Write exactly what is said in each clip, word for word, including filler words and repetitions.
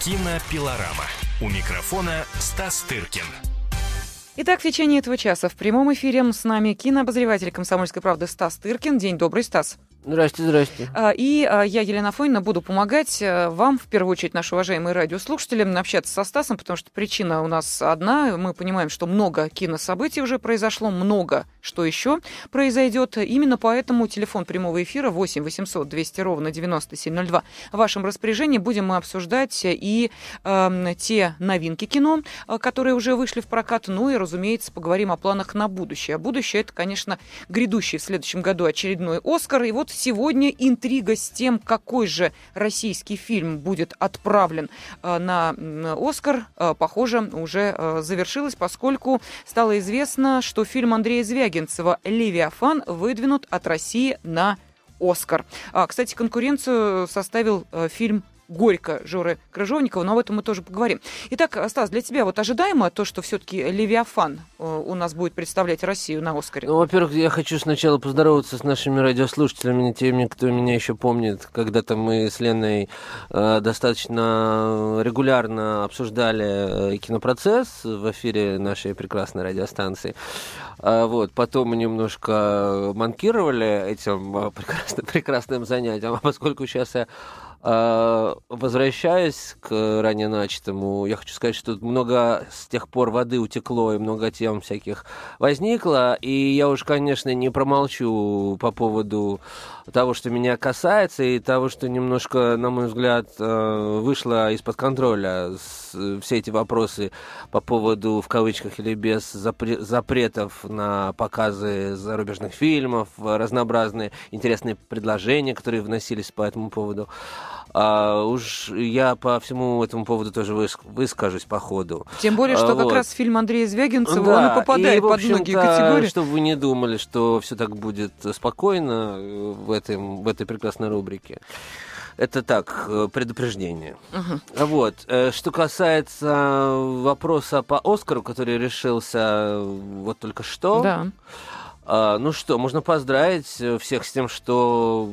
Кинопилорама. У микрофона Стас Тыркин. Итак, в течение этого часа в прямом эфире с нами кинообозреватель «Комсомольской правды» Стас Тыркин. День добрый, Стас. Здрасте, здрасте. И я, Елена Афонина, буду помогать вам, в первую очередь, наши уважаемые радиослушатели, общаться со Стасом, потому что причина у нас одна. Мы понимаем, что много кинособытий уже произошло, много что еще произойдет. Именно поэтому телефон прямого эфира восемь восемьсот двести ровно девяносто семь ноль два в вашем распоряжении. Будем мы обсуждать и э, те новинки кино, которые уже вышли в прокат, ну и, разумеется, поговорим о планах на будущее. А будущее — это, конечно, грядущий в следующем году очередной «Оскар». И вот сегодня интрига с тем, какой же российский фильм будет отправлен э, на «Оскар», э, похоже, уже э, завершилась, поскольку стало известно, что фильм Андрея Звягинцева «Левиафан» выдвинут от России на «Оскар». А, кстати, конкуренцию составил э, фильм «Горько» Жоры Крыжовникова, но об этом мы тоже поговорим. Итак, Стас, для тебя вот ожидаемо то, что все-таки «Левиафан» у нас будет представлять Россию на «Оскаре»? Ну, во-первых, я хочу сначала поздороваться с нашими радиослушателями, теми, кто меня еще помнит. Когда-то мы с Леной э, достаточно регулярно обсуждали э, кинопроцесс в эфире нашей прекрасной радиостанции. А, вот, потом мы немножко манкировали этим э, прекрасным, прекрасным занятием, а поскольку сейчас я возвращаясь к ранее начатому, я хочу сказать, что тут много с тех пор воды утекло и много тем всяких возникло, и я уж, конечно, не промолчу по поводу того, что меня касается, и того, что немножко, на мой взгляд, вышло из-под контроля все эти вопросы по поводу, в кавычках или без, запретов на показы зарубежных фильмов, разнообразные интересные предложения, которые вносились по этому поводу. А уж я по всему этому поводу тоже выс- выскажусь по ходу. Тем более, что а, как вот. раз фильм Андрея Звягинцева, да, он и попадает и, под многие категории. Чтобы вы не думали, что все так будет спокойно в, этом, в этой прекрасной рубрике. Это так, предупреждение. Uh-huh. Вот. Что касается вопроса по «Оскару», который решился вот только что. Да. А, ну что, можно поздравить всех с тем, что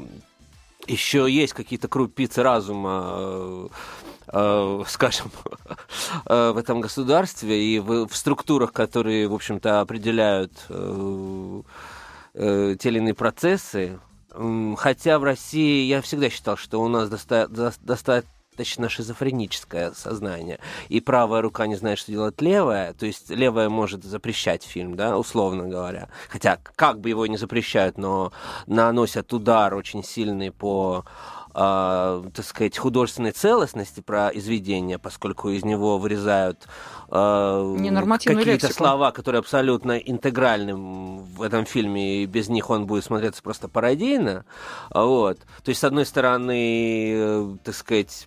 еще есть какие-то крупицы разума, э, э, скажем, э, в этом государстве и в, в структурах, которые, в общем-то, определяют э, э, те или иные процессы. Хотя в России я всегда считал, что у нас доста- до- достаточно шизофреническое сознание, и правая рука не знает, что делать левая, то есть левая может запрещать фильм, да, условно говоря, хотя как бы его не запрещают, но наносят удар очень сильный по, э, так сказать, художественной целостности произведения, поскольку из него вырезают э, какие-то лексику. слова, которые абсолютно интегральны в этом фильме, и без них он будет смотреться просто пародийно, вот. То есть, с одной стороны, э, так сказать,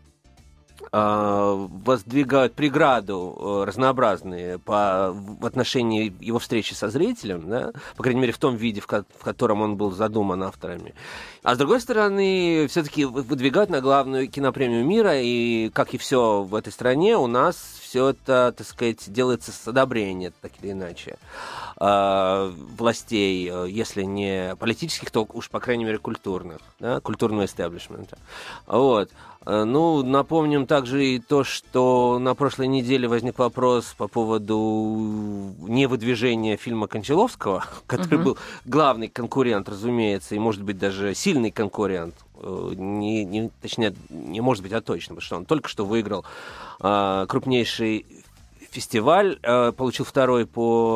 воздвигают преграду разнообразные по, в отношении его встречи со зрителем, да? По крайней мере, в том виде, в, ко- в котором он был задуман авторами. А с другой стороны, все-таки выдвигают на главную кинопремию мира, и, как и все в этой стране, у нас все это, так сказать, делается с одобрения, так или иначе, э, властей, если не политических, то уж, по крайней мере, культурных, да? Культурного истеблишмента. Вот. Ну, напомним также и то, что на прошлой неделе возник вопрос по поводу невыдвижения фильма Кончаловского, который uh-huh. был главный конкурент, разумеется, и, может быть, даже сильный конкурент. Не, не, точнее, не может быть, а точно, потому что он только что выиграл а, крупнейший фестиваль, а, получил второй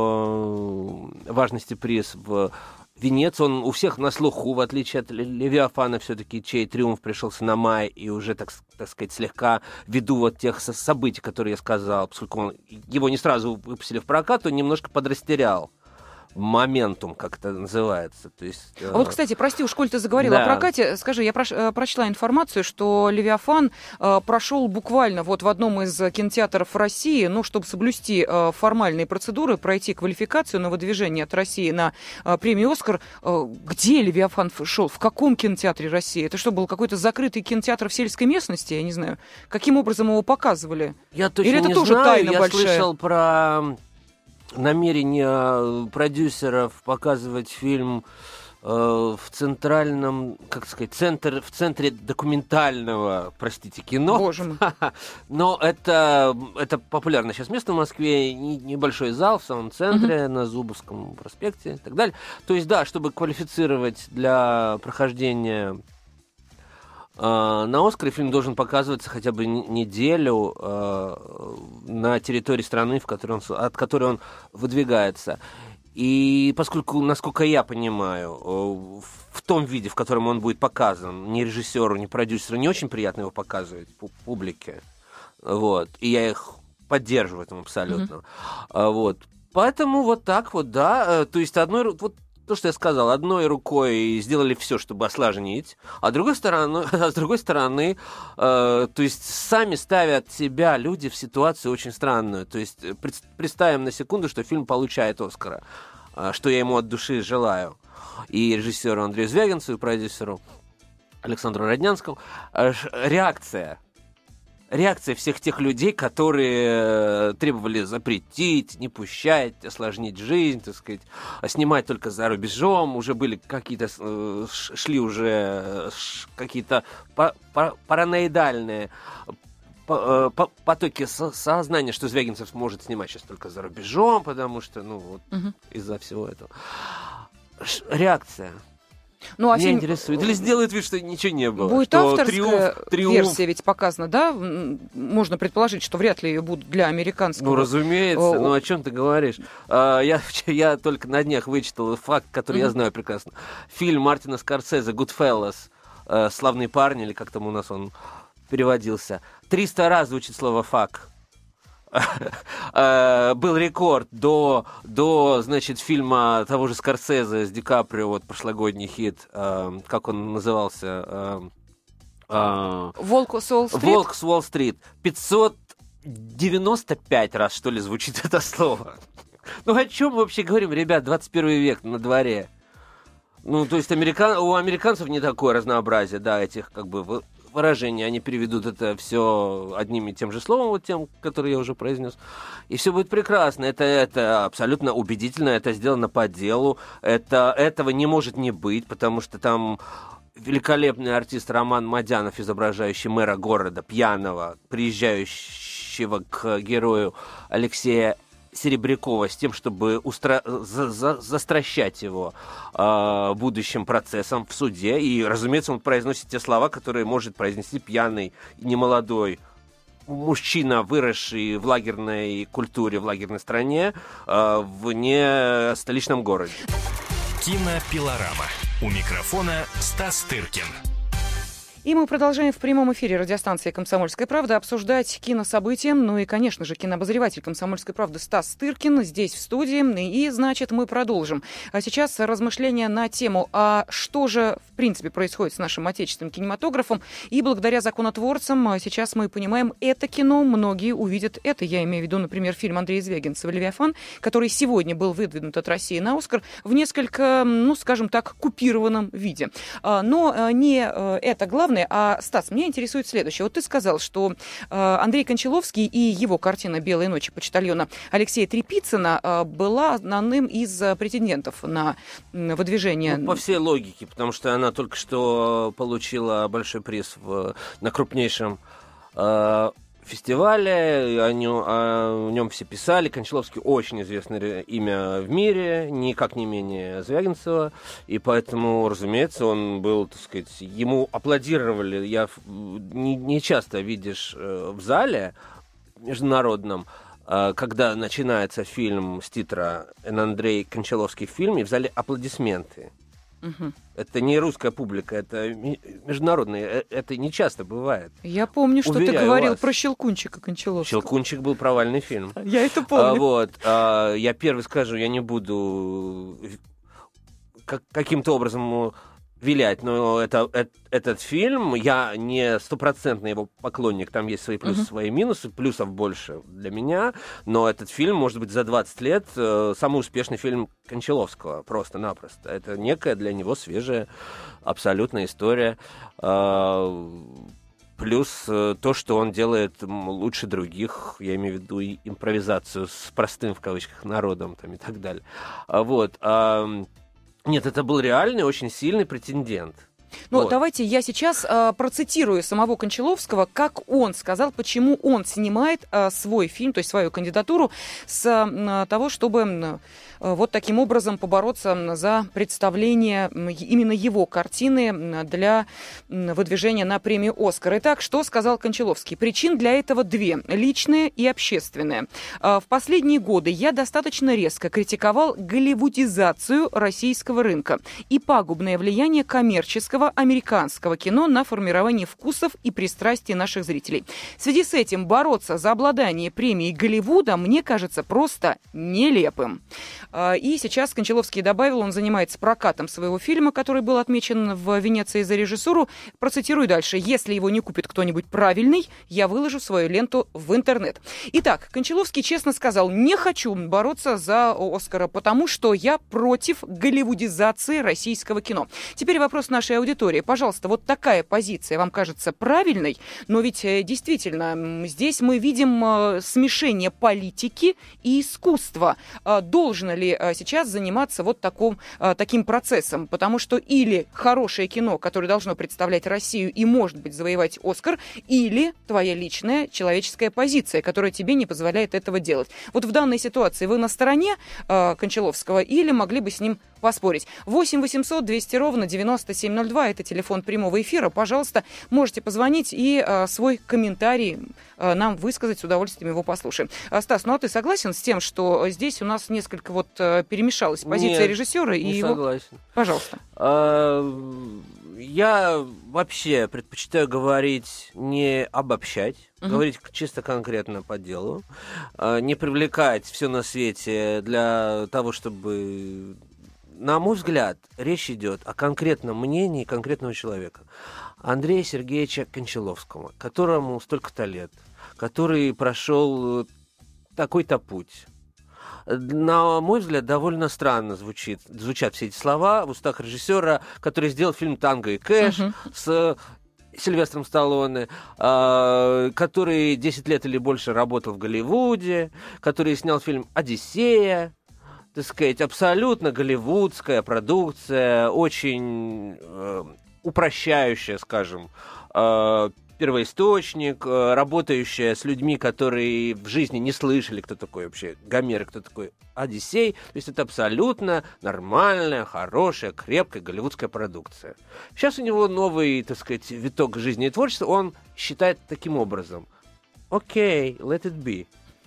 по важности приз в Венец, он у всех на слуху, в отличие от «Левиафана», все-таки, чей триумф пришелся на май, и уже, так, так сказать, слегка ввиду вот тех событий, которые я сказал, поскольку он, его не сразу выпустили в прокат, он немножко подрастерял моментум, как это называется. То есть, а вот, кстати, прости, уж коль ты заговорила да. о прокате, скажи, я прош, прочла информацию, что «Левиафан» э, прошел буквально вот в одном из кинотеатров России, ну, чтобы соблюсти э, формальные процедуры, пройти квалификацию на выдвижение от России на э, премию «Оскар». Э, где «Левиафан» шел? В каком кинотеатре России? Это что, был какой-то закрытый кинотеатр в сельской местности? Я не знаю. Каким образом его показывали? Я точно Или это не тоже знаю. тайна я большая? слышал про намерение продюсеров показывать фильм в центральном, как сказать, центр, в центре документального, простите, кино. Боже мой. Но это, это популярное сейчас место в Москве, небольшой зал в самом центре, uh-huh. на Зубовском проспекте и так далее. То есть, да, чтобы квалифицировать для прохождения э, на Оскаре, фильм должен показываться хотя бы неделю э, на территории страны, в которой он, от которой он выдвигается. И поскольку, насколько я понимаю, в том виде, в котором он будет показан, ни режиссеру, ни продюсеру не очень приятно его показывать публике. Вот. И я их поддерживаю в этом абсолютно. Mm-hmm. Вот. Поэтому вот так вот, да. То есть одной... Вот то, что я сказал, одной рукой сделали все, чтобы осложнить, а, другой стороны, а с другой стороны, э, то есть сами ставят себя люди в ситуацию очень странную. То есть представим на секунду, что фильм получает Оскара, э, что я ему от души желаю. И режиссеру Андрею Звягинцеву, и продюсеру Александру Роднянскому. Э, реакция. Реакция всех тех людей, которые требовали запретить, не пущать, осложнить жизнь, так сказать, снимать только за рубежом, уже были какие-то, шли уже какие-то параноидальные потоки сознания, что Звягинцев может снимать сейчас только за рубежом, потому что, ну, вот угу. из-за всего этого. Реакция. Ну, а Меня фильм... интересует. Или сделают вид, что ничего не было. Будет что авторская триумф, триумф... версия ведь показана, да? Можно предположить, что вряд ли ее будут для американского... Ну, разумеется. О... Ну, о чем ты говоришь? А, я, я только на днях вычитал факт, который mm-hmm. я знаю прекрасно. Фильм Мартина Скорсезе «Goodfellas», «Славные парни», или как там у нас он переводился, триста раз звучит слово «фак». Был рекорд до, до, значит, фильма того же Скорсезе с Ди Каприо, вот прошлогодний хит, э, как он назывался? Э, э, «Волк с Уолл-стрит». «Волк с Уолл-стрит». пятьсот девяносто пять раз, что ли, звучит это слово. Ну, о чем мы вообще говорим, ребят, двадцать первый век на дворе. Ну, то есть американ... у американцев не такое разнообразие, да, этих, как бы, выражения, они переведут это все одним и тем же словом, вот тем, который я уже произнес, и все будет прекрасно. Это, это абсолютно убедительно, это сделано по делу, это, этого не может не быть, потому что там великолепный артист Роман Мадянов, изображающий мэра города, пьяного, приезжающего к герою Алексея Серебрякова с тем, чтобы устра... за... За... застращать его э, будущим процессом в суде. И, разумеется, он произносит те слова, которые может произнести пьяный и немолодой мужчина, выросший в лагерной культуре, в лагерной стране, э, в не столичном городе. Кинопилорама. У микрофона Стас Тыркин. И мы продолжаем в прямом эфире радиостанции «Комсомольская правда» обсуждать кинособытия. Ну и, конечно же, кинообозреватель «Комсомольской правды» Стас Тыркин здесь, в студии. И, значит, мы продолжим. А сейчас размышления на тему, а что же, в принципе, происходит с нашим отечественным кинематографом. И благодаря законотворцам сейчас мы понимаем, это кино многие увидят это. Я имею в виду, например, фильм Андрея Звягинцева «Левиафан», который сегодня был выдвинут от России на «Оскар» в несколько, ну, скажем так, купированном виде. Но не это главное. А, Стас, меня интересует следующее. Вот ты сказал, что э, Андрей Кончаловский и его картина «Белые ночи» почтальона Алексея Трепицына э, была одним из претендентов на выдвижение. Ну, по всей логике, потому что она только что получила большой приз в, на крупнейшем э, фестивале, о нем, о нем все писали. Кончаловский очень известное имя в мире, никак не менее Звягинцева, и поэтому, разумеется, он был, так сказать, ему аплодировали. Я не, не часто видишь в зале международном, когда начинается фильм с титра «Андрей Кончаловский в фильме», и в зале аплодисменты. Угу. Это не русская публика, это международная, это не часто бывает. Я помню, что Уверяю ты говорил вас. Про «Щелкунчика» Кончаловского. «Щелкунчик» был провальный фильм. Я это помню. А, вот, а, я первый скажу, я не буду как, каким-то образом вилять, но это, это, этот фильм, я не стопроцентный его поклонник, там есть свои плюсы, uh-huh. свои минусы, плюсов больше для меня, но этот фильм, может быть, за двадцать лет э, самый успешный фильм Кончаловского, просто-напросто. Это некая для него свежая абсолютная история. Э, плюс э, то, что он делает лучше других, я имею в виду и импровизацию с простым, в кавычках, народом там, и так далее. А, вот. Э, Нет, это был реальный, очень сильный претендент. Но вот. Давайте я сейчас э, процитирую самого Кончаловского, как он сказал, почему он снимает э, свой фильм, то есть свою кандидатуру, с э, того, чтобы э, вот таким образом побороться за представление именно его картины для выдвижения на премию «Оскар». Итак, что сказал Кончаловский? Причин для этого две – личная и общественная. Э, в последние годы я достаточно резко критиковал голливудизацию российского рынка и пагубное влияние коммерческого американского кино на формирование вкусов и пристрастий наших зрителей. В связи с этим бороться за обладание премией Голливуда мне кажется просто нелепым. И сейчас Кончаловский добавил, он занимается прокатом своего фильма, который был отмечен в Венеции за режиссуру. Процитирую дальше. «Если его не купит кто-нибудь правильный, я выложу свою ленту в интернет». Итак, Кончаловский честно сказал, не хочу бороться за Оскара, потому что я против голливудизации российского кино. Теперь вопрос нашей аудитории. Пожалуйста, вот такая позиция вам кажется правильной, но ведь действительно здесь мы видим смешение политики и искусства. Должно ли сейчас заниматься вот таком, таким процессом? Потому что или хорошее кино, которое должно представлять Россию и, может быть, завоевать Оскар, или твоя личная человеческая позиция, которая тебе не позволяет этого делать. Вот в данной ситуации вы на стороне Кончаловского или могли бы с ним поспорить? восемь восемьсот двести ровно девяносто семь ноль два, это телефон прямого эфира. Пожалуйста, можете позвонить и э, свой комментарий э, нам высказать, с удовольствием его послушаем. А, Стас, ну а ты согласен с тем, что здесь у нас несколько вот э, перемешалась позиция Нет, режиссера и не его... согласен. Пожалуйста. А, я вообще предпочитаю говорить, не обобщать, uh-huh. говорить чисто конкретно по делу, а, не привлекать все на свете для того, чтобы... На мой взгляд, речь идет о конкретном мнении конкретного человека. Андрея Сергеевича Кончаловского, которому столько-то лет, который прошел такой-то путь. На мой взгляд, довольно странно звучит, звучат все эти слова в устах режиссера, который сделал фильм «Танго и Кэш» uh-huh. с Сильвестром Сталлоне, который десять лет или больше работал в Голливуде, который снял фильм «Одиссея», так сказать, абсолютно голливудская продукция, очень э, упрощающая, скажем, э, первоисточник, э, работающая с людьми, которые в жизни не слышали, кто такой вообще Гомер, кто такой Одиссей. То есть это абсолютно нормальная, хорошая, крепкая голливудская продукция. Сейчас у него новый, так сказать, виток жизни и творчества, он считает таким образом. Окей, okay, let it be.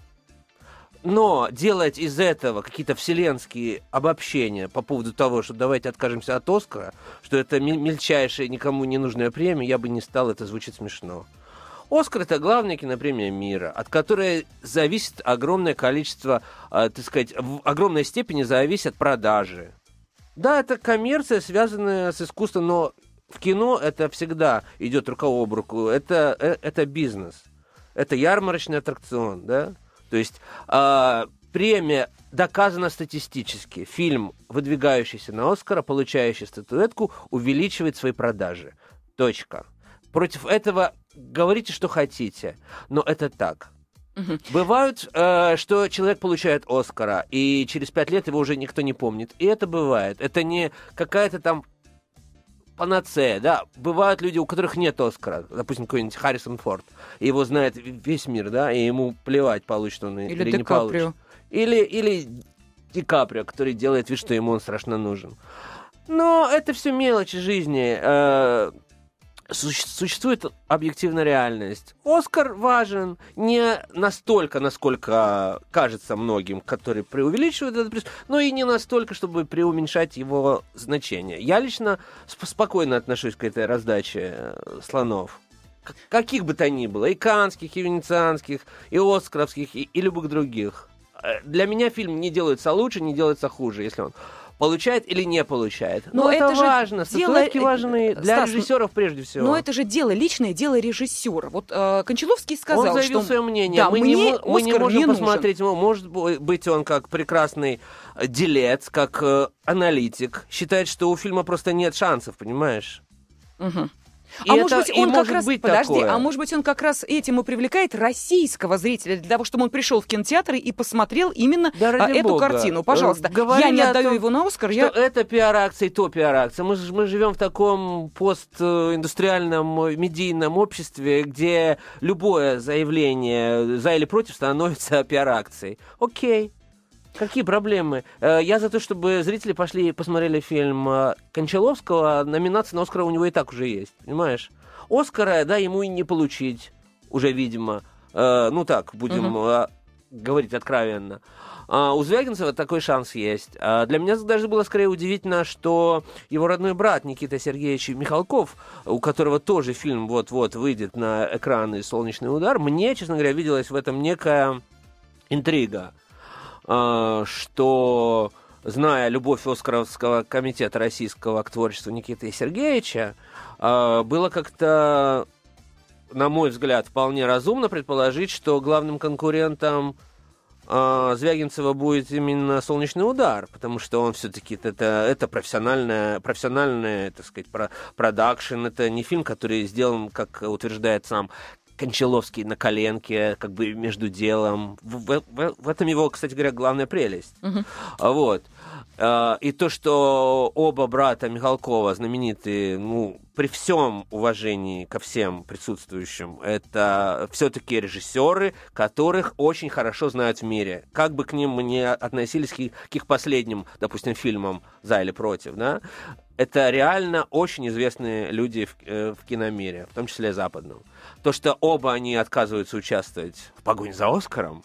Но делать из этого какие-то вселенские обобщения по поводу того, что давайте откажемся от Оскара, что это мельчайшая, никому не нужная премия, я бы не стал, это звучит смешно. Оскар — это главная кинопремия мира, от которой зависит огромное количество, э, так сказать, в огромной степени зависит продажи. Да, это коммерция, связанная с искусством, но в кино это всегда идет рука об руку. Это, э, это бизнес, это ярмарочный аттракцион, да? То есть э, премия доказана статистически. Фильм, выдвигающийся на Оскара, получающий статуэтку, увеличивает свои продажи. Точка. Против этого говорите, что хотите, но это так. Угу. Бывает, э, что человек получает Оскара, и через пять лет его уже никто не помнит. И это бывает. Это не какая-то там панацея, да. Бывают люди, у которых нет Оскара. Допустим, какой-нибудь Харрисон Форд. Его знает весь мир, да, и ему плевать, получит он или, или не получит. Или, или Ди Каприо, который делает вид, что ему он страшно нужен. Но это все мелочи жизни. Существует объективная реальность. Оскар важен не настолько, насколько кажется многим, которые преувеличивают этот приз, но и не настолько, чтобы преуменьшать его значение. Я лично сп- спокойно отношусь к этой раздаче слонов. К- каких бы то ни было, и каннских, и венецианских, и оскаровских, и, и любых других. Для меня фильм не делается лучше, не делается хуже, если он получает или не получает. Но, но это, это важно. Статуэтки дело... важны для Стас, режиссеров прежде всего. Но это же дело личное, дело режиссера. Вот э, Кончаловский сказал, он заявил что... свое мнение. Да, мы, мне не, мы не можем не посмотреть, нужен. Может быть, он как прекрасный делец, как э, аналитик, считает, что у фильма просто нет шансов, понимаешь? Угу. И а это, может быть, и он как может раз, быть подожди, такое. а может быть, он как раз этим и привлекает российского зрителя для того, чтобы он пришел в кинотеатр и посмотрел именно Да, а, ради эту бога. картину. Пожалуйста, я Говорили не о отдаю том, его на Оскар. Что Я... это пиар-акция и то пиар-акция. Мы, ж- мы живем в таком постиндустриальном медийном обществе, где любое заявление за или против становится пиар-акцией. Окей. Какие проблемы? Э, Я за то, чтобы зрители пошли и посмотрели фильм э, Кончаловского. Номинация на Оскара у него и так уже есть, понимаешь? Оскара, да, ему и не получить уже, видимо. Э, Ну так, будем Мгм. э, говорить откровенно. А у Звягинцева такой шанс есть. А для меня даже было скорее удивительно, что его родной брат Никита Сергеевич Михалков, у которого тоже фильм вот-вот выйдет на экраны «Солнечный удар», мне, честно говоря, виделась в этом некая интрига, а, что, зная любовь Оскаровского комитета российского к творчеству Никиты Сергеевича, а, было как-то, на мой взгляд, вполне разумно предположить, что главным конкурентом а, Звягинцева будет именно «Солнечный удар», потому что он все-таки это, это профессиональная, профессиональная, так сказать, про, продакшн, это не фильм, который сделан, как утверждает сам Кончаловский, на коленке, как бы между делом. В, в, в этом его, кстати говоря, главная прелесть. Мгм. Вот. А, И то, что оба брата Михалкова знаменитые, ну, при всем уважении ко всем присутствующим, это все-таки режиссеры, которых очень хорошо знают в мире. Как бы к ним мы ни относились, к их, к их последним, допустим, фильмам «За или против», да, это реально очень известные люди в, э, в киномире, в том числе западном. То, что оба они отказываются участвовать в погоне за Оскаром,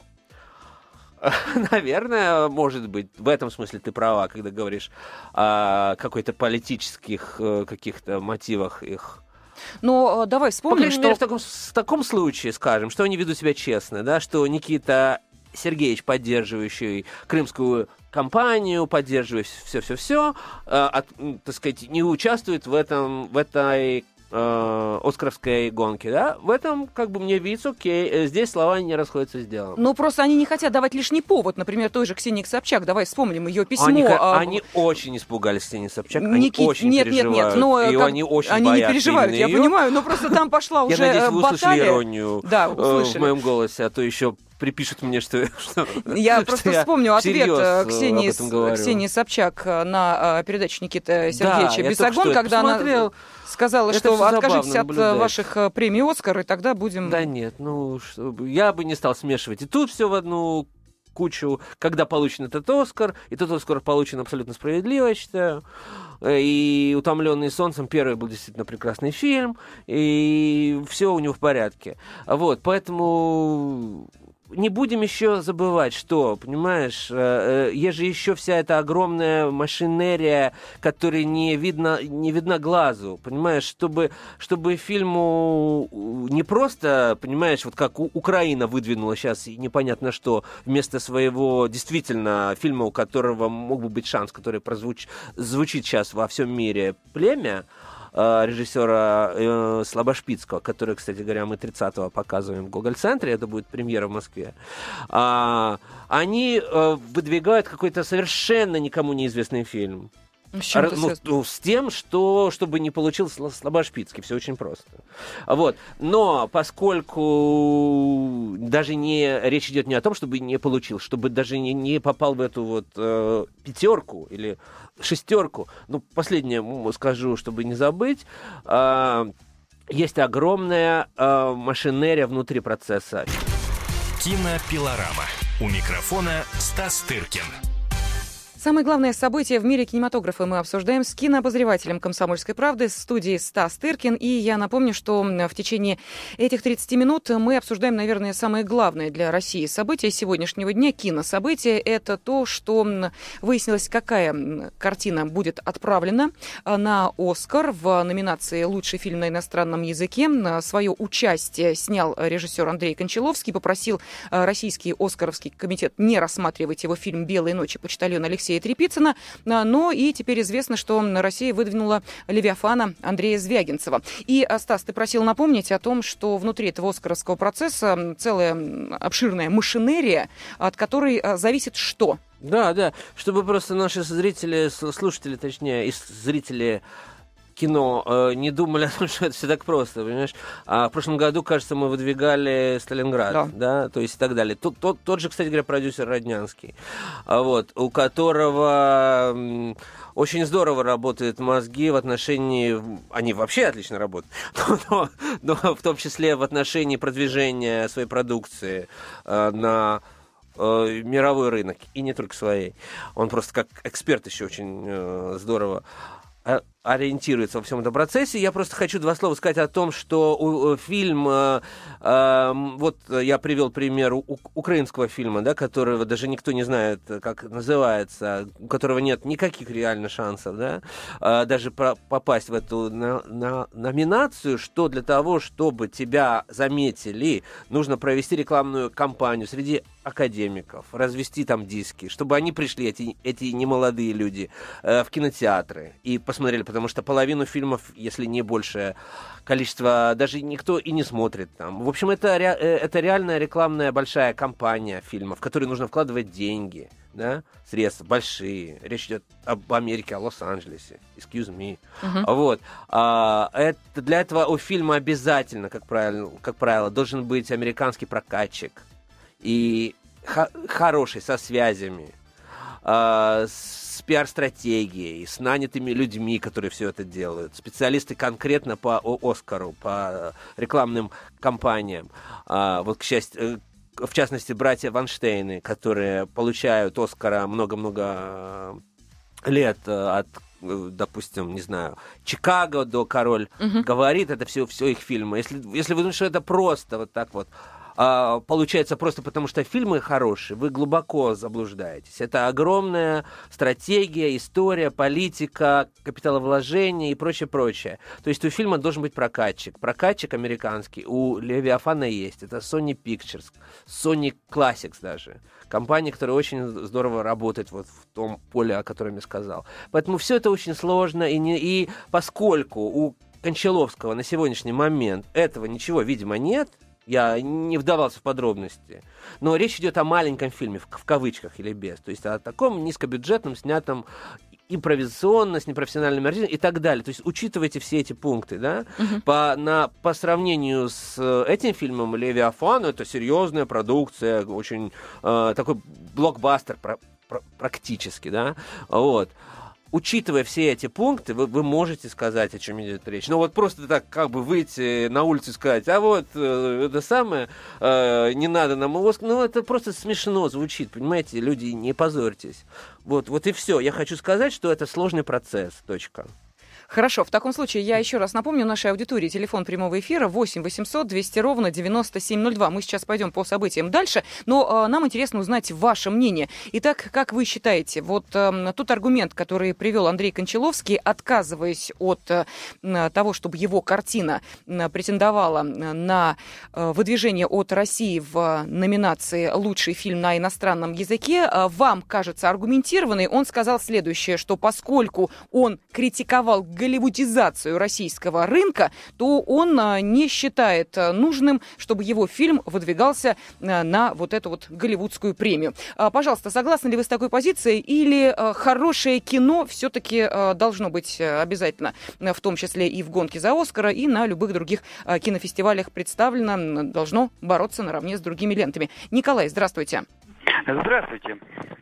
наверное, может быть, в этом смысле ты права, когда говоришь о какой-то политических э, каких-то мотивах их. Но э, давай По вспомним, крайней мере, в что... таком, в таком случае, скажем, что они ведут себя честно, да, что Никита Сергеевич, поддерживающий крымскую кампанию, поддерживающий все-все-все, э, от, м, так сказать, не участвует в этом, в этой э, оскаровской гонке, да, в этом, как бы, мне видится, окей, э, здесь слова не расходятся с делом. Ну, просто они не хотят давать лишний повод. Например, той же Ксении Собчак. Давай вспомним ее письмо. Они, ка- а, они очень испугали Ксении Собчак, они Никит- очень нет, нет, переживают, нет, но и как- они очень они не боятся переживают, именно я её. понимаю, но просто там пошла уже Я надеюсь, э, вы услышали баталия. иронию Да, э, в услышали. моем голосе, а то еще припишут мне, что, что Я что просто я вспомню ответ всерьез, э, э, Ксении, об этом говорю. Ксении Собчак э, на э, передаче Никиты Сергеевича я только «Бесогон», что это когда посмотрел. она сказала, Это что всё забавно откажитесь от э, наблюдать. ваших э, премий «Оскар», и тогда будем... Да нет, ну, что бы, я бы не стал смешивать. И тут все в одну кучу, когда получен этот Оскар, и тот Оскар получен абсолютно справедливо, я считаю. И «Утомленный солнцем» первый был действительно прекрасный фильм, и все у него в порядке. Вот, поэтому... Не будем еще забывать, что, понимаешь, э, э, есть же еще вся эта огромная машинерия, которая не видна, не видна глазу, понимаешь, чтобы, чтобы фильму не просто, понимаешь, вот как У- Украина выдвинула сейчас непонятно что, вместо своего действительно фильма, у которого мог бы быть шанс, который прозвуч, звучит сейчас во всем мире, «Племя», режиссера э, Слабошпицкого, который, кстати говоря, мы тридцатого показываем в Гоголь-центре, это будет премьера в Москве, а, они э, выдвигают какой-то совершенно никому неизвестный фильм. С чем это Ну, связано? ну, с тем, что, чтобы не получил Сло- Слабошпицкий, все очень просто. Вот. Но поскольку даже не, речь идет не о том, чтобы не получил, чтобы даже не, не попал в эту вот э, пятерку или шестерку, ну, последнее м, скажу, чтобы не забыть, э, есть огромная э, машинерия внутри процесса. Кинопилорама. У микрофона Стас Тыркин. Самые главные события в мире кинематографа мы обсуждаем с кинообозревателем «Комсомольской правды» в студии Стас Тыркин. И я напомню, что в течение этих тридцати минут мы обсуждаем, наверное, самые главные для России события сегодняшнего дня. Кинособытия — это то, что выяснилось, какая картина будет отправлена на «Оскар» в номинации «Лучший фильм на иностранном языке». Свое участие снял режиссер Андрей Кончаловский, попросил российский Оскаровский комитет не рассматривать его фильм «Белые ночи» почтальона Алексея Трепицына, но и теперь известно, что Россия выдвинула «Левиафана» Андрея Звягинцева. И, Стас, ты просил напомнить о том, что внутри этого оскаровского процесса целая обширная машинерия, от которой зависит что? Да, да, чтобы просто наши зрители, слушатели, точнее, и зрители кино э, не думали о том, что это все так просто, понимаешь? А в прошлом году, кажется, мы выдвигали Сталинград, да, да то есть и так далее. Тот, тот, тот же, кстати говоря, продюсер Роднянский, вот, у которого м, очень здорово работают мозги в отношении... Они вообще отлично работают, но, но, но в том числе в отношении продвижения своей продукции э, на... мировой рынок, и не только своей. Он просто как эксперт еще очень э, здорово ориентируется во всем этом процессе. Я просто хочу два слова сказать о том, что у, фильм, э, э, вот я привел пример у, украинского фильма, да, которого даже никто не знает, как называется, у которого нет никаких реально шансов, да, э, даже про, попасть в эту на, на, номинацию, что для того, чтобы тебя заметили, нужно провести рекламную кампанию среди академиков, развести там диски, чтобы они пришли, эти, эти немолодые люди, э, в кинотеатры и посмотрели, потому что половину фильмов, если не большее количество, даже никто и не смотрит там. В общем, это, ре, это реальная рекламная большая кампания фильмов, в которые нужно вкладывать деньги, да, средства большие. Речь идет об Америке, о Лос-Анджелесе. Excuse me. Uh-huh. Вот. А, это, для этого у фильма обязательно, как правило, как правило, должен быть американский прокатчик. И х- хороший, со связями, э, с пиар-стратегией, с нанятыми людьми, которые все это делают, специалисты конкретно по Оскару, по рекламным кампаниям. Э, вот, к счастью, э, в частности, братья Вайнштейны, которые получают Оскара много-много лет э, от, э, допустим, не знаю, Чикаго до «Король uh-huh. говорит», это все, все их фильмы. Если, если вы думаете, что это просто вот так вот, получается просто потому, что фильмы хорошие, вы глубоко заблуждаетесь. Это огромная стратегия, история, политика, капиталовложение и прочее, прочее. То есть у фильма должен быть прокатчик. Прокатчик американский у «Левиафана» есть. Это Sony Pictures, Sony Classics даже. Компания, которая очень здорово работает вот в том поле, о котором я сказал. Поэтому все это очень сложно. И, не, и поскольку у Кончаловского на сегодняшний момент этого ничего, видимо, нет, я не вдавался в подробности. Но речь идет о маленьком фильме, в, в кавычках или без. То есть о таком низкобюджетном, снятом импровизационно, с непрофессиональными артистами и так далее. То есть учитывайте все эти пункты, да? Uh-huh. По, на, по сравнению с этим фильмом «Левиафан», это серьезная продукция, очень э, такой блокбастер про, про, практически, да? Вот. Учитывая все эти пункты, вы, вы можете сказать, о чем идет речь. Но вот просто так как бы выйти на улицу и сказать, а вот э, это самое, э, не надо нам его... Ну, это просто смешно звучит, понимаете? Люди, не позорьтесь. Вот, вот и все. Я хочу сказать, что это сложный процесс. Точка. Хорошо, в таком случае я еще раз напомню нашей аудитории телефон прямого эфира восемь восемьсот двести ровно девяносто семь ноль два. Мы сейчас пойдем по событиям дальше, но э, нам интересно узнать ваше мнение. Итак, как вы считаете, вот э, тот аргумент, который привел Андрей Кончаловский, отказываясь от э, того, чтобы его картина э, претендовала на э, выдвижение от России в номинации «Лучший фильм на иностранном языке», э, вам кажется аргументированный? Он сказал следующее, что поскольку он критиковал голливудизацию российского рынка, то он а, не считает а, нужным, чтобы его фильм выдвигался а, на вот эту вот голливудскую премию. А, пожалуйста, согласны ли вы с такой позицией, или а, хорошее кино все-таки а, должно быть а, обязательно, а, в том числе и в гонке за Оскара, и на любых других а, кинофестивалях представлено, должно бороться наравне с другими лентами? Николай, здравствуйте. Здравствуйте.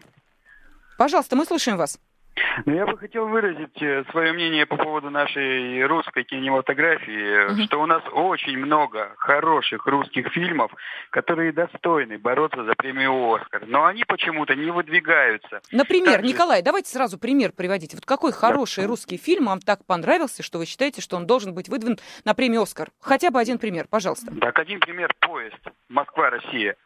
Пожалуйста, мы слушаем вас. Ну, я бы хотел выразить свое мнение по поводу нашей русской кинематографии, uh-huh. что у нас очень много хороших русских фильмов, которые достойны бороться за премию «Оскар», но они почему-то не выдвигаются. Например, Также... Николай, давайте сразу пример приводите. Вот какой хороший да. русский фильм вам так понравился, что вы считаете, что он должен быть выдвинут на премию «Оскар»? Хотя бы один пример, пожалуйста. Так, один пример – «Поезд. Москва-Россия».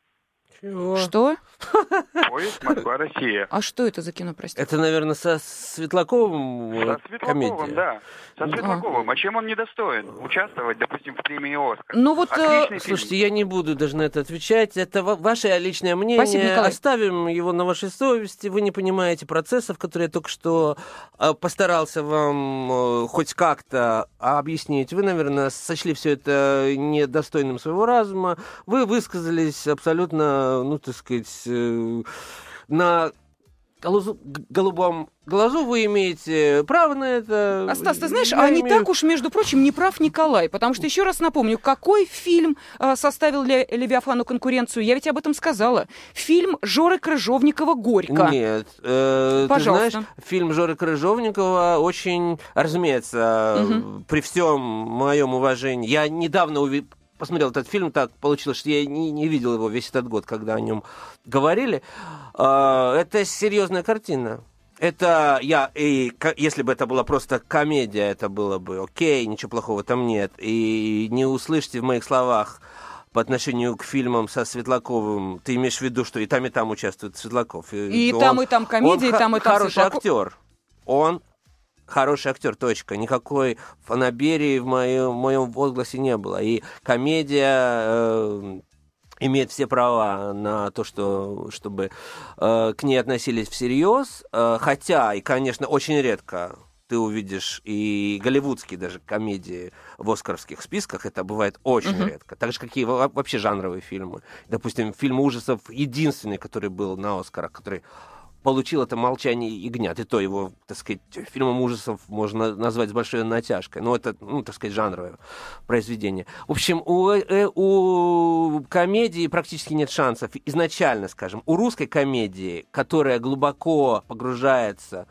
Чего? Что? «Поезд. Москва-Россия». А что это за кино, простите? Это, наверное, со Светлаковым Со Светлаковым, комедия. да. Со Светлаковым. А. а чем он не достоин участвовать, допустим, в премии «Оскар»? Ну вот, э... слушайте, я не буду даже на это отвечать. Это ваше личное мнение. Спасибо, Николай. Оставим его на вашей совести. Вы не понимаете процессов, которые я только что постарался вам хоть как-то объяснить. Вы, наверное, сочли все это недостойным своего разума. Вы высказались абсолютно, ну, так сказать, на голузу, голубом глазу, вы имеете право на это. А, Стас, ты знаешь, а имею... не так уж, между прочим, не прав Николай, потому что, еще раз напомню, какой фильм а, составил для Левиафану конкуренцию? Я ведь об этом сказала. Фильм Жоры Крыжовникова «Горько». Нет, э, Пожалуйста. ты знаешь, фильм Жоры Крыжовникова очень, разумеется, угу. при всем моем уважении, я недавно увидел, посмотрел этот фильм, так получилось, что я не, не видел его весь этот год, когда о нем говорили. Э, это серьезная картина. Это я, и если бы это была просто комедия, это было бы окей, ничего плохого там нет. И не услышите в моих словах по отношению к фильмам со Светлаковым, ты имеешь в виду, что и там, и там участвует Светлаков. И, и он, там, и там комедия, и х- там, и там хороший Светлаков. актер. Он хороший актер, точка. Никакой фанаберии в моем, в моем возгласе не было. И комедия... Э, имеет все права на то, что, чтобы э, к ней относились всерьез, э, хотя, и, конечно, очень редко ты увидишь и голливудские даже комедии в оскаровских списках, это бывает очень uh-huh. редко. Так же, как и вообще жанровые фильмы. Допустим, фильм ужасов единственный, который был на Оскарах, который получил это «Молчание ягнят», и то его, так сказать, фильмом ужасов можно назвать с большой натяжкой. Но это, ну, так сказать, жанровое произведение. В общем, у, э, у комедии практически нет шансов. Изначально, скажем, у русской комедии, которая глубоко погружается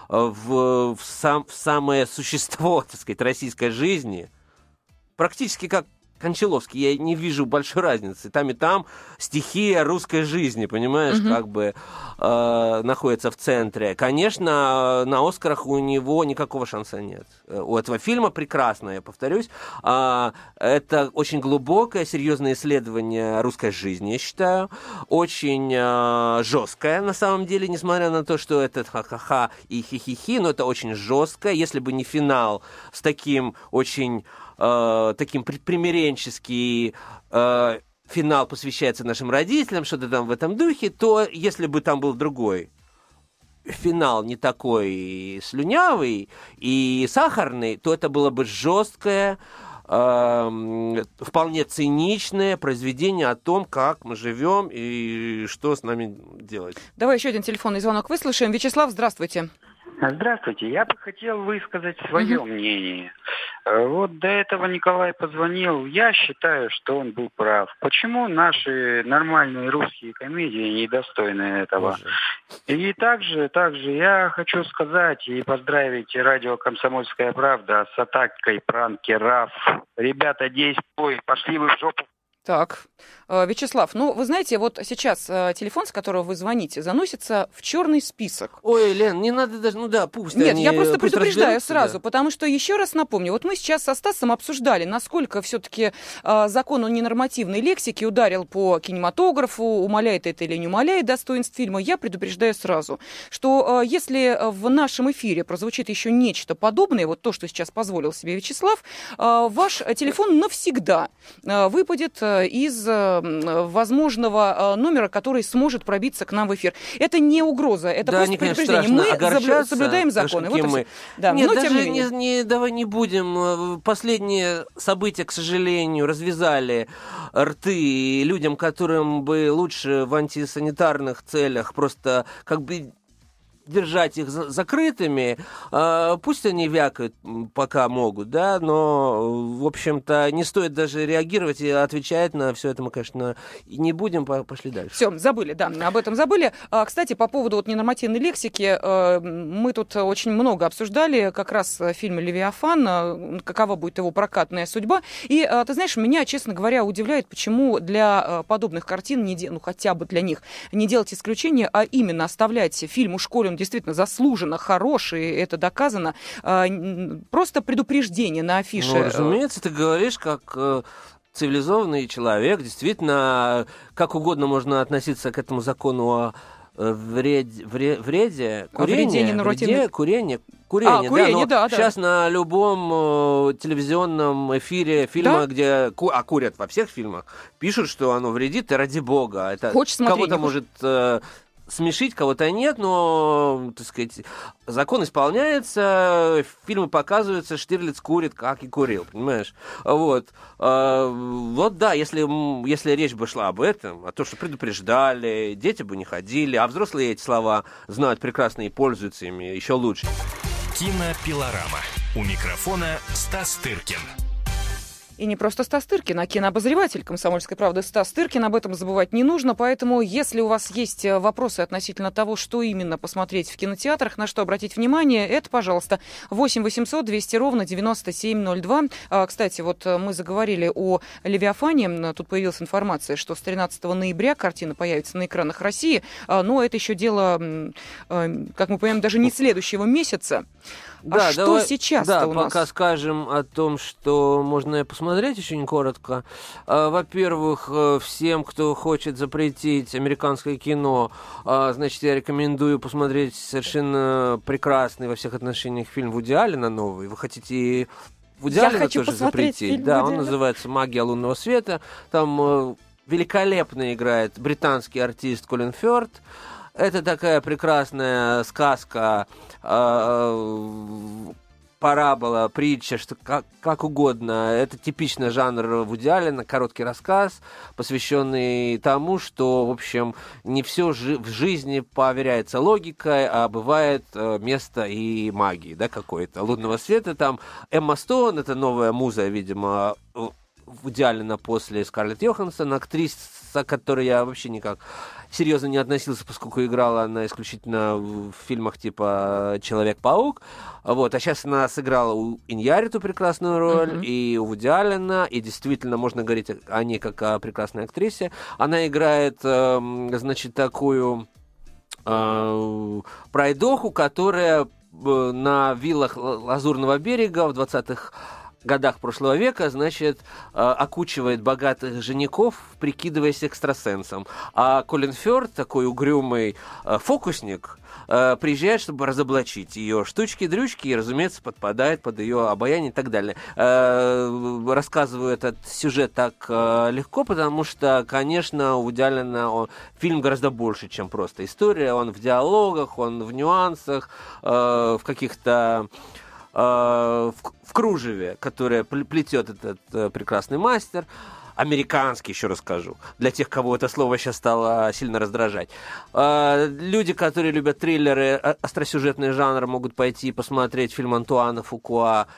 в, в, сам, в самое существо, так сказать, российской жизни, практически как Кончаловский, я не вижу большой разницы. Там и там стихия русской жизни, понимаешь, uh-huh. как бы э, находится в центре. Конечно, на Оскарах у него никакого шанса нет. У этого фильма прекрасно, я повторюсь. Э, это очень глубокое, серьезное исследование русской жизни, я считаю. Очень э, жесткое, на самом деле, несмотря на то, что это ха-ха-ха и хи-хи-хи, но это очень жесткое. Если бы не финал с таким очень... Э, таким примиренческий э, финал посвящается нашим родителям, что-то там в этом духе, то если бы там был другой финал, не такой слюнявый и сахарный, то это было бы жесткое, э, вполне циничное произведение о том, как мы живем и что с нами делать. Давай еще один телефонный звонок выслушаем. Вячеслав, здравствуйте. Здравствуйте. Я бы хотел высказать свое угу. мнение. Вот до этого Николай позвонил. Я считаю, что он был прав. Почему наши нормальные русские комедии недостойны этого? Боже. И также, также я хочу сказать и поздравить радио «Комсомольская правда» с атакой пранкеров. Ребята, действуй, пошли вы в жопу. Так, Вячеслав, ну, вы знаете, вот сейчас телефон, с которого вы звоните, заносится в черный список. Ой, Лен, не надо даже, ну да, пусть Нет, они, я просто пусть предупреждаю сразу, да. потому что, еще раз напомню, вот мы сейчас со Стасом обсуждали, насколько все-таки э, закон о ненормативной лексике ударил по кинематографу, умаляет это или не умаляет достоинств фильма. Я предупреждаю сразу, что э, если в нашем эфире прозвучит еще нечто подобное, вот то, что сейчас позволил себе Вячеслав, э, ваш телефон навсегда э, выпадет э, из э, возможного э, номера, который сможет пробиться к нам в эфир. Это не угроза, это да, просто они, конечно, предупреждение. Мы заблю- соблюдаем законы. Вот мы. Да, Нет, но, даже тем не менее. не, не, давай не будем. Последние события, к сожалению, развязали рты людям, которым бы лучше в антисанитарных целях просто как бы держать их за- закрытыми, э, пусть они вякают, пока могут, да, но, в общем-то, не стоит даже реагировать и отвечать на все это мы, конечно, не будем, пошли дальше. Все, забыли, да, об этом забыли. А, кстати, по поводу вот ненормативной лексики, э, мы тут очень много обсуждали как раз фильм «Левиафан», э, какова будет его прокатная судьба, и, э, ты знаешь, меня, честно говоря, удивляет, почему для э, подобных картин, не де- ну, хотя бы для них, не делать исключения, а именно оставлять фильм «У школе», он действительно заслуженно хороший, это доказано. Просто предупреждение на афише. Ну, разумеется, ты говоришь как э, цивилизованный человек. Действительно, как угодно можно относиться к этому закону о вреде, вреде, вреде курения, вреде, курения, курение, а, курение, да, но да, сейчас да. на любом э, телевизионном эфире фильма, да? где ку- а курят во всех фильмах, пишут, что оно вредит, и ради бога. Это Хочешь смотреть, кого-то может э, смешить, кого-то нет, но, так сказать, закон исполняется, фильмы показываются, Штирлиц курит, как и курил, понимаешь? Вот, вот да, если, если речь бы шла об этом, о том, что предупреждали, дети бы не ходили, а взрослые эти слова знают прекрасно и пользуются ими еще лучше. Кинопилорама. У микрофона Стас Тыркин. И не просто Стас Тыркин, а кинообозреватель «Комсомольской правды» Стас Тыркин. Об этом забывать не нужно, поэтому если у вас есть вопросы относительно того, что именно посмотреть в кинотеатрах, на что обратить внимание, это, пожалуйста, восемь восемьсот двести ровно девяносто семь ноль два. А, кстати, вот мы заговорили о «Левиафане». Тут появилась информация, что с тринадцатого ноября картина появится на экранах России, но это еще дело, как мы понимаем, даже не следующего месяца. Да, а что давай, сейчас-то да, у нас? Пока скажем о том, что можно посмотреть очень коротко. Во-первых, всем, кто хочет запретить американское кино, значит, я рекомендую посмотреть совершенно прекрасный во всех отношениях фильм Вуди Аллена новый. Вы хотите Вуди Аллена тоже запретить? Да, он называется «Магия лунного света». Там великолепно играет британский артист Колин Фёрд. Это такая прекрасная сказка, э, парабола, притча, что как, как угодно. Это типичный жанр Вуди Аллена, короткий рассказ, посвященный тому, что, в общем, не все жи- в жизни поверяется логикой, а бывает э, место и магии, да, какой-то. «Лунного света» там Эмма Стоун, это новая муза, видимо, Вуди Аллена после Скарлетт Йоханссон, актриса, которой я вообще никак серьезно не относился, поскольку играла она исключительно в фильмах типа «Человек-паук». Вот. А сейчас она сыграла у Иньярриту прекрасную роль, mm-hmm. и у Вуди Аллена, и действительно можно говорить о ней как о прекрасной актрисе. Она играет, э, значит, такую э, пройдоху, которая на виллах Лазурного берега в двадцатых годах прошлого века, значит, окучивает богатых женихов, прикидываясь экстрасенсом. А Колин Фёрд, такой угрюмый фокусник, приезжает, чтобы разоблачить ее штучки-дрючки и, разумеется, подпадает под ее обаяние и так далее. Рассказываю этот сюжет так легко, потому что, конечно, у Вуди Аллена он, фильм гораздо больше, чем просто история. Он в диалогах, он в нюансах, в каких-то в, в кружеве, которое плетет этот э, прекрасный мастер. Американский, еще раз скажу, для тех, кого это слово сейчас стало сильно раздражать. Э, люди, которые любят триллеры, остросюжетный жанр, могут пойти посмотреть фильм Антуана Фукуа,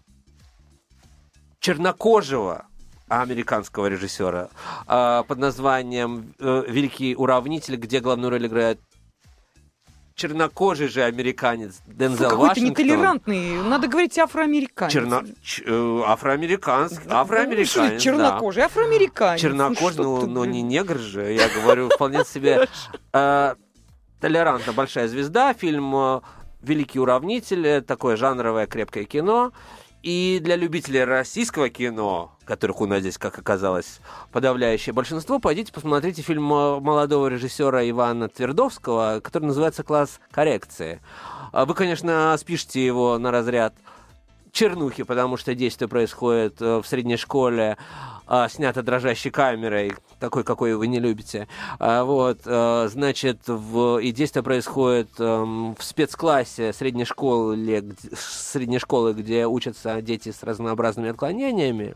чернокожего американского режиссера, э, под названием э, «Великий уравнитель», где главную роль играет чернокожий же американец Дензел Фу, Вашингтон. Какой-то нетолерантный. Надо говорить афроамериканец. Черно... Ч... Афроамериканец. Афроамериканец, чернокожий, да. Афроамериканец. Чернокожий, ну, ну не негр же. Я говорю, вполне себе э, толерантно большая звезда. Фильм «Великий уравнитель». Такое жанровое крепкое кино. И для любителей российского кино, которых у нас здесь, как оказалось, подавляющее большинство, пойдите посмотрите фильм молодого режиссера Ивана Твердовского, который называется «Класс коррекции». Вы, конечно, спишите его на разряд чернухи, потому что действие происходит в средней школе, снято дрожащей камерой, такой, какой вы не любите. Вот, значит, в, и действие происходит в спецклассе средней школы, средней школы, где учатся дети с разнообразными отклонениями.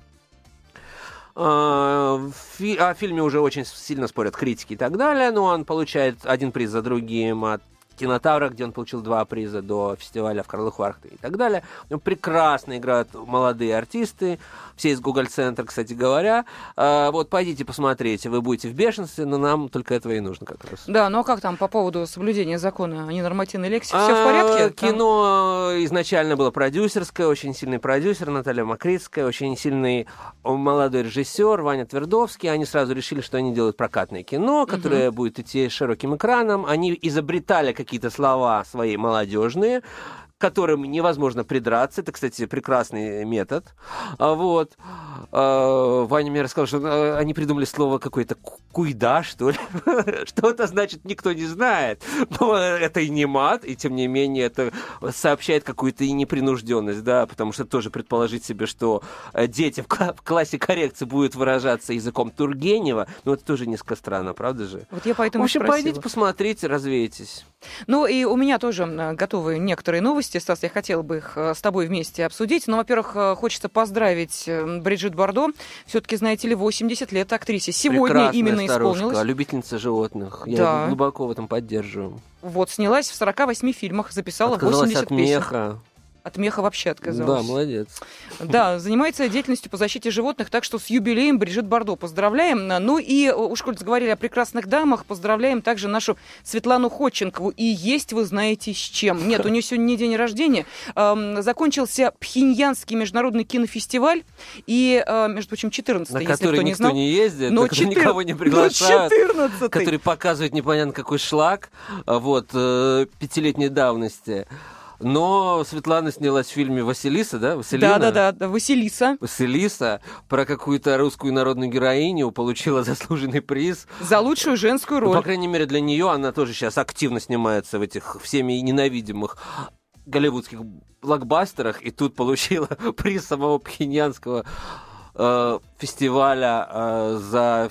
О фильме уже очень сильно спорят критики и так далее, но он получает один приз за другим от Кинотавра, где он получил два приза до фестиваля в Карловых Варах и так далее. Ну, прекрасно играют молодые артисты, все из Google-центра, кстати говоря. А, вот, пойдите посмотрите, вы будете в бешенстве, но нам только этого и нужно как раз. Да, ну а как там по поводу соблюдения закона о ненормативной лексике? Все а, в порядке? Кино там... изначально было продюсерское, очень сильный продюсер Наталья Макритская, очень сильный молодой режиссер Ваня Твердовский. Они сразу решили, что они делают прокатное кино, которое угу. будет идти широким экраном. Они изобретали какие-то слова свои молодежные, к которым невозможно придраться. Это, кстати, прекрасный метод. А вот. А, Ваня мне рассказал, что они придумали слово какое-то куйда, что ли. Что это значит, никто не знает. Но это и не мат, и тем не менее это сообщает какую-то и непринужденность, да, потому что тоже предположить себе, что дети в классе коррекции будут выражаться языком Тургенева, ну это тоже несколько странно, правда же? Вот я поэтому В общем, спросила. пойдите, посмотрите, развейтесь. Ну и у меня тоже готовы некоторые новости, Стас, я хотела бы их с тобой вместе обсудить. Но, во-первых, хочется поздравить Бриджит Бардо. Все-таки, знаете ли, восемьдесят лет актрисе. Сегодня Прекрасная именно старушка, исполнилось. любительница животных. Да. Я глубоко в этом поддерживаю. Вот, снялась в сорока восьми фильмах, записала Отказалась восемьдесят от песен. меха. От меха вообще отказалась. Да, молодец. Да, занимается деятельностью по защите животных, так что с юбилеем Бриджит Бардо поздравляем. Ну и, уж коль заговорили о прекрасных дамах, поздравляем также нашу Светлану Ходченкову. И есть, вы знаете, с чем. Нет, у нее сегодня не день рождения. Эм, закончился Пхеньянский международный кинофестиваль. И, э, между прочим, четырнадцатый, На если который кто не никто знал. не ездит, Но на который четыр- никого не но приглашают. четырнадцатый. Который показывает непонятно какой шлак, вот, э, пятилетней давности. Но Светлана снялась в фильме «Василиса», да? Василина? Да-да-да, Василиса. Василиса про какую-то русскую народную героиню получила заслуженный приз. За лучшую женскую Ну, роль. по крайней мере, для нее она тоже сейчас активно снимается в этих всеми ненавидимых голливудских блокбастерах, и тут получила приз самого пхеньянского э, фестиваля э, за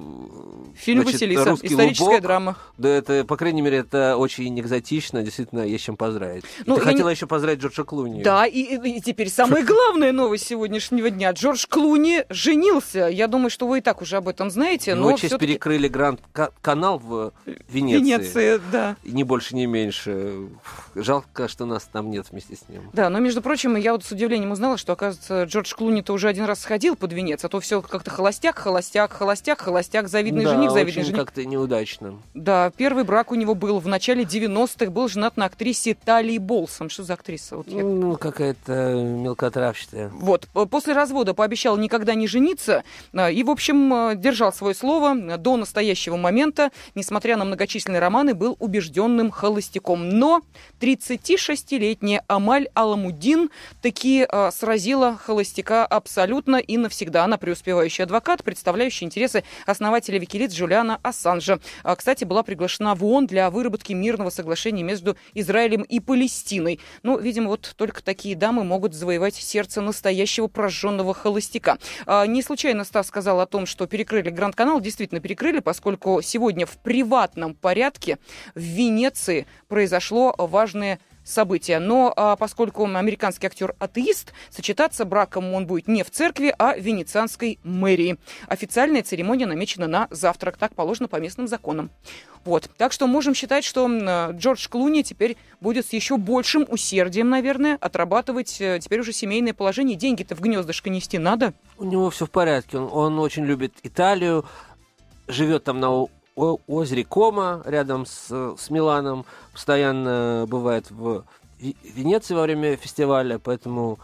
Фильм значит, «Василиса», русский историческая лубок. драма. Да, это, по крайней мере, это очень экзотично, действительно, есть чем поздравить. Ну, И ты я хотела не- еще поздравить Джорджа Клуни. Да, и, и- и теперь самая главная новость сегодняшнего дня. Джордж Клуни женился. Я думаю, что вы и так уже об этом знаете, Его но честь всё-таки... перекрыли Гранд-канал в Венеции. Венеция, да. И ни больше, ни меньше. Жалко, что нас там нет вместе с ним. Да, но, между прочим, я вот с удивлением узнала, что, оказывается, Джордж Клуни-то уже один раз сходил под венец, а то все как-то холостяк, холостяк, холостяк, холостяк, завидный да, жених, завидный очень жених. как-то неудачно. Да, первый брак у него был в начале девяностых, был женат на актрисе Талии Болсон. Что за актриса? Вот я- Ну, какая-то мелкотравчатая. Вот, п- после развода пообещал никогда не жениться а, и, в общем, а, держал свое слово до настоящего момента, несмотря на многочисленные романы, был убежденным холостяком. Но тридцатишестилетняя Амаль Аламуддин таки а, сразила холостяка абсолютно и навсегда. Она преуспевающий адвокат, представляющий интересы основателя Викиликс Джулиана Ассанжа. А, кстати, была приглашена в ООН для выработки мирного соглашения между Израилем и Палестиной. Ну, видимо, вот только такие дамы могут завоевать сердце настоящего прожженного холостяка. А, не случайно Стас сказал о том, что перекрыли Гранд-канал. Действительно перекрыли, поскольку сегодня в приватном порядке в Венеции произошло важное события. Но а, поскольку американский актер атеист, сочетаться браком он будет не в церкви, а в венецианской мэрии. Официальная церемония намечена на завтрак. Так положено по местным законам. Вот. Так что можем считать, что м, Джордж Клуни теперь будет с еще большим усердием, наверное, отрабатывать э, теперь уже семейное положение. Деньги-то в гнездышко нести надо. У него все в порядке. Он, он очень любит Италию, живет там на о- о- озере Кома, рядом с, с Миланом, постоянно бывает в Ви- Венеции во время фестиваля, поэтому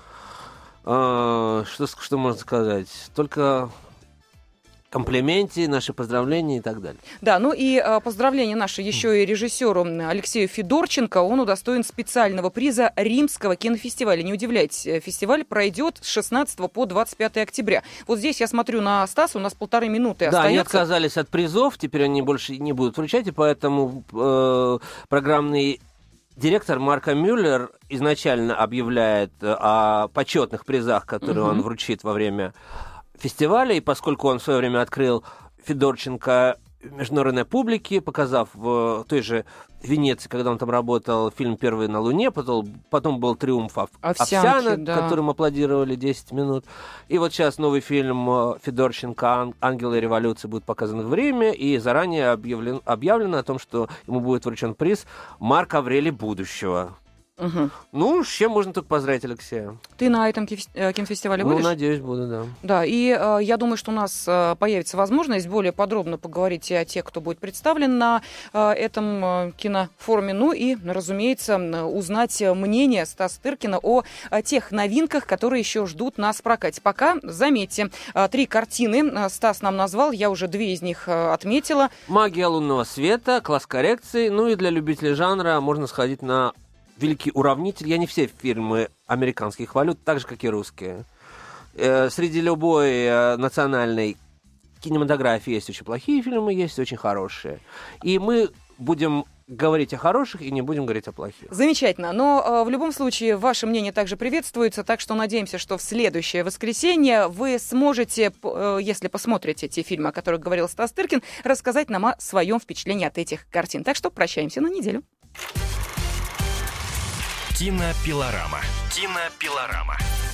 э, что, с- что можно сказать? Только комплименты, наши поздравления и так далее. Да, ну и э, поздравления наши еще и режиссеру Алексею Федорченко. Он удостоен специального приза Римского кинофестиваля. Не удивляйтесь, э, фестиваль пройдет с шестнадцатого по двадцать пятое октября. Вот здесь я смотрю на Стаса, у нас полторы минуты Да, они остается. отказались от призов, теперь они больше не будут вручать, и поэтому э, программный директор Марко Мюллер изначально объявляет э, о почетных призах, которые Мгм. он вручит во время фестиваля, и поскольку он в свое время открыл Федорченко международной публике, показав в той же Венеции, когда он там работал, фильм «Первый на Луне», потом, потом был «Триумф Ов- Овсянки», овсянок», да. которым аплодировали десять минут. И вот сейчас новый фильм э, Федорченко «Ан- «Ангелы революции» будет показан в Риме, и заранее объявлен, объявлено о том, что ему будет вручен приз «Марк Аврелий будущего». Мгм. Ну, с чем можно только поздравить Алексея? Ты на этом киф- э, кинофестивале Ну, будешь? надеюсь, буду, да. Да, и э, я думаю, что у нас э, появится возможность более подробно поговорить и о тех, кто будет представлен на э, этом э, кинофоруме. Ну и, разумеется, м, узнать мнение Стаса Тыркина о, о тех новинках, которые еще ждут нас в прокате. Пока, заметьте, э, три картины э, Стас нам назвал, я уже две из них э, отметила. «Магия лунного света», «Класс коррекции», ну и для любителей жанра можно сходить на великий уравнитель. Я не все фильмы американские хвалю, так же, как и русские. Э, среди любой э, национальной кинематографии есть очень плохие фильмы, есть очень хорошие. И мы будем говорить о хороших и не будем говорить о плохих. Замечательно. Но э, в любом случае ваше мнение также приветствуется, так что надеемся, что в следующее воскресенье вы сможете, э, если посмотрите те фильмы, о которых говорил Стас Тыркин, рассказать нам о своем впечатлении от этих картин. Так что прощаемся на неделю. Кинопилорама. Кинопилорама.